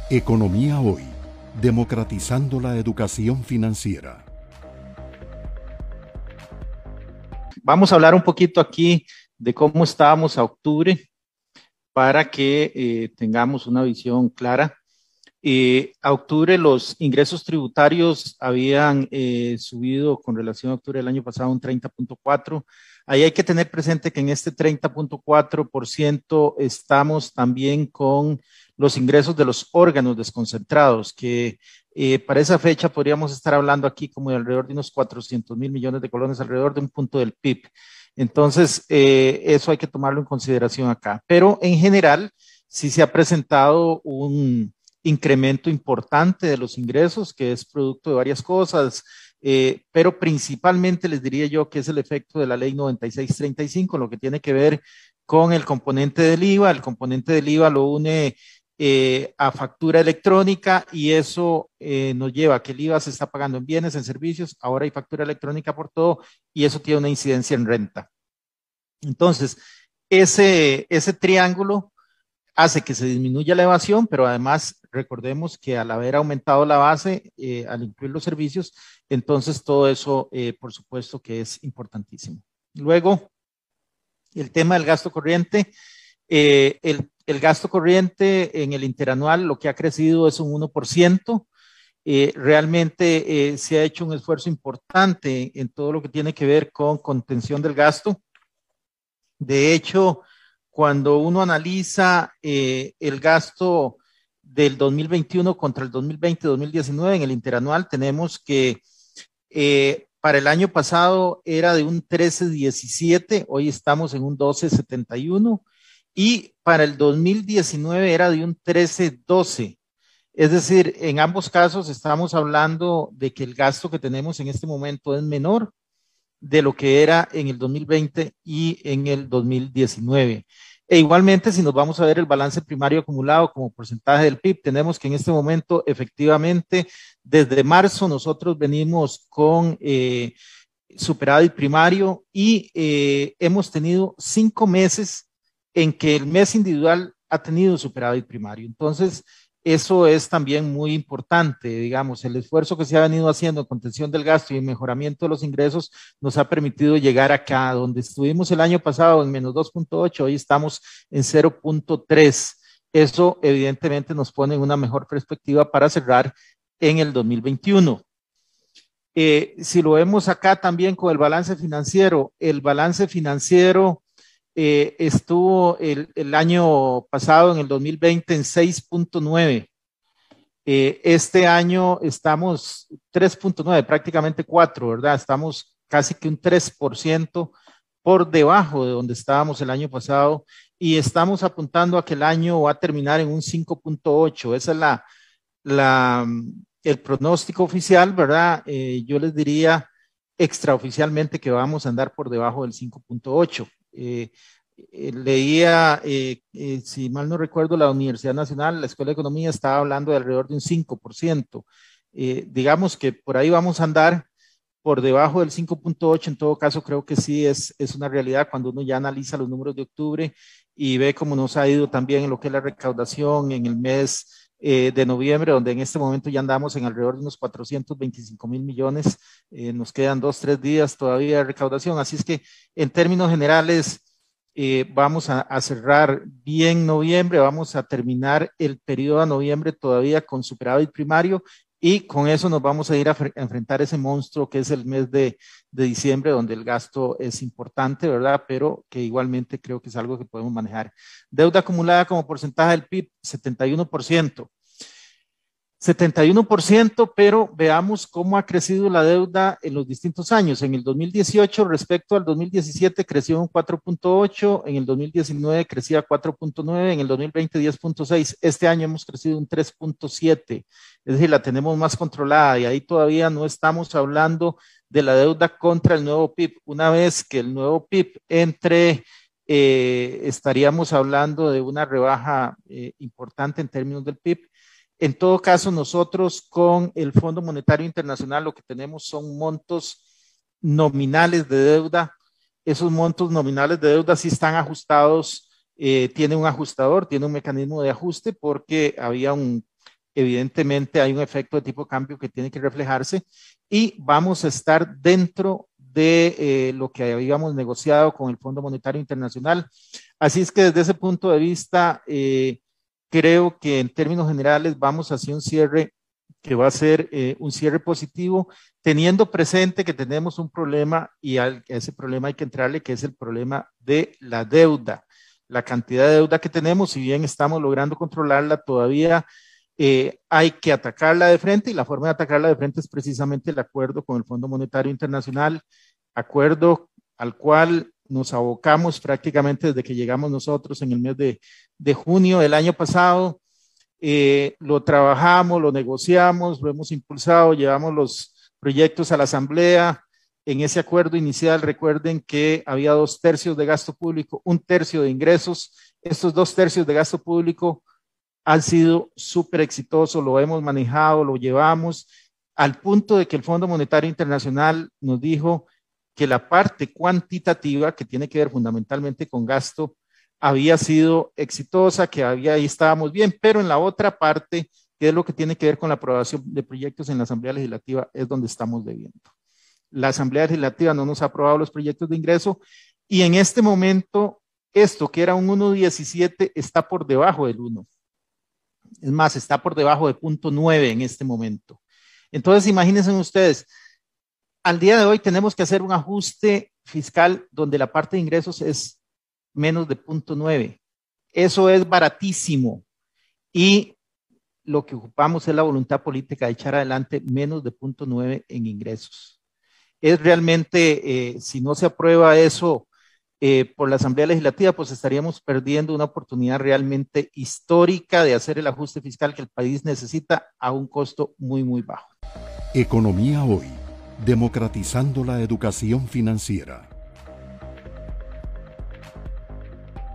Economía Hoy, democratizando la educación financiera. Vamos a hablar un poquito aquí de cómo estábamos a octubre para que tengamos una visión clara. A octubre los ingresos tributarios habían subido con relación a octubre del año pasado un 30.4%. Ahí hay que tener presente que en este 30.4% estamos también con los ingresos de los órganos desconcentrados, que para esa fecha podríamos estar hablando aquí como de alrededor de unos 400.000 millones de colones, alrededor de un punto del PIB. Entonces, eso hay que tomarlo en consideración acá. Pero en general, sí se ha presentado un incremento importante de los ingresos, que es producto de varias cosas, pero principalmente les diría yo que es el efecto de la ley 9635, lo que tiene que ver con el componente del IVA. El componente del IVA lo une a factura electrónica y eso nos lleva a que el IVA se está pagando en bienes, en servicios, ahora hay factura electrónica por todo y eso tiene una incidencia en renta. Entonces, ese triángulo hace que se disminuya la evasión, pero además recordemos que al haber aumentado la base, al incluir los servicios, entonces todo eso, por supuesto que es importantísimo. Luego, el tema del gasto corriente. El gasto corriente en el interanual lo que ha crecido es un 1%. Realmente se ha hecho un esfuerzo importante en todo lo que tiene que ver con contención del gasto. De hecho, cuando uno analiza el gasto del 2021 contra el 2020-2019 en el interanual, tenemos que para el año pasado era de un 13.17, hoy estamos en un 12.71, y para el 2019 era de un 13.12. Es decir, en ambos casos estamos hablando de que el gasto que tenemos en este momento es menor de lo que era en el 2020 y en el 2019. E igualmente, si nos vamos a ver el balance primario acumulado como porcentaje del PIB, tenemos que en este momento, efectivamente, desde marzo nosotros venimos con superávit primario y hemos tenido 5 meses en que el mes individual ha tenido superávit primario. Entonces, eso es también muy importante, digamos, el esfuerzo que se ha venido haciendo en contención del gasto y en mejoramiento de los ingresos nos ha permitido llegar acá, donde estuvimos el año pasado en menos 2.8, hoy estamos en 0.3. Eso evidentemente nos pone en una mejor perspectiva para cerrar en el 2021. Si lo vemos acá también con el balance financiero estuvo el año pasado, en el 2020, en 6.9. Este año estamos 3.9, prácticamente 4, ¿verdad? Estamos casi que un 3% por debajo de donde estábamos el año pasado y estamos apuntando a que el año va a terminar en un 5.8. Esa es el pronóstico oficial, ¿verdad? Yo les diría extraoficialmente que vamos a andar por debajo del 5.8. Leía, si mal no recuerdo, la Universidad Nacional, la Escuela de Economía estaba hablando de alrededor de un 5%. Digamos que por ahí vamos a andar por debajo del 5.8. En todo caso, creo que sí es una realidad cuando uno ya analiza los números de octubre y ve cómo nos ha ido también en lo que es la recaudación en el mes de noviembre, donde en este momento ya andamos en alrededor de unos 425.000 millones. Nos quedan 2-3 días todavía de recaudación. Así es que en términos generales vamos a cerrar bien noviembre, vamos a terminar el periodo de noviembre todavía con superávit primario y con eso nos vamos a ir a enfrentar ese monstruo que es el mes de diciembre, donde el gasto es importante, ¿verdad? Pero que igualmente creo que es algo que podemos manejar. Deuda acumulada como porcentaje del PIB, 71%. 71%, pero veamos cómo ha crecido la deuda en los distintos años. En el 2018 respecto al 2017 creció un 4.8, en el 2019 crecía 4.9, en el 2020 10.6. Este año hemos crecido un 3.7, es decir, la tenemos más controlada y ahí todavía no estamos hablando de la deuda contra el nuevo PIB. Una vez que el nuevo PIB entre, estaríamos hablando de una rebaja importante en términos del PIB. En todo caso, nosotros con el Fondo Monetario Internacional lo que tenemos son montos nominales de deuda. Esos montos nominales de deuda sí están ajustados, tiene un ajustador, tiene un mecanismo de ajuste porque había un evidentemente hay un efecto de tipo de cambio que tiene que reflejarse y vamos a estar dentro de lo que habíamos negociado con el Fondo Monetario Internacional. Así es que desde ese punto de vista, creo que en términos generales vamos hacia un cierre que va a ser un cierre positivo, teniendo presente que tenemos un problema y a ese problema hay que entrarle, que es el problema de la deuda. La cantidad de deuda que tenemos, si bien estamos logrando controlarla, todavía hay que atacarla de frente y la forma de atacarla de frente es precisamente el acuerdo con el Fondo Monetario Internacional, acuerdo al cual nos abocamos prácticamente desde que llegamos nosotros en el mes de junio del año pasado. Lo trabajamos, lo negociamos, lo hemos impulsado, llevamos los proyectos a la Asamblea. En ese acuerdo inicial, recuerden que había 2/3 de gasto público, 1/3 de ingresos. Estos 2/3 de gasto público han sido súper exitosos, lo hemos manejado, lo llevamos al punto de que el Fondo Monetario Internacional nos dijo que la parte cuantitativa, que tiene que ver fundamentalmente con gasto, había sido exitosa, que ahí estábamos bien, pero en la otra parte, que es lo que tiene que ver con la aprobación de proyectos en la Asamblea Legislativa, es donde estamos debiendo. La Asamblea Legislativa no nos ha aprobado los proyectos de ingreso y en este momento, esto que era un 1.17 está por debajo del 1. Es más, está por debajo de 0.9 en este momento. Entonces, imagínense ustedes, al día de hoy tenemos que hacer un ajuste fiscal donde la parte de ingresos es menos de 0.9. Eso es baratísimo y lo que ocupamos es la voluntad política de echar adelante menos de 0.9 en ingresos. Es realmente, si no se aprueba eso por la Asamblea Legislativa, pues estaríamos perdiendo una oportunidad realmente histórica de hacer el ajuste fiscal que el país necesita a un costo muy, muy bajo. Economía Hoy, democratizando la educación financiera.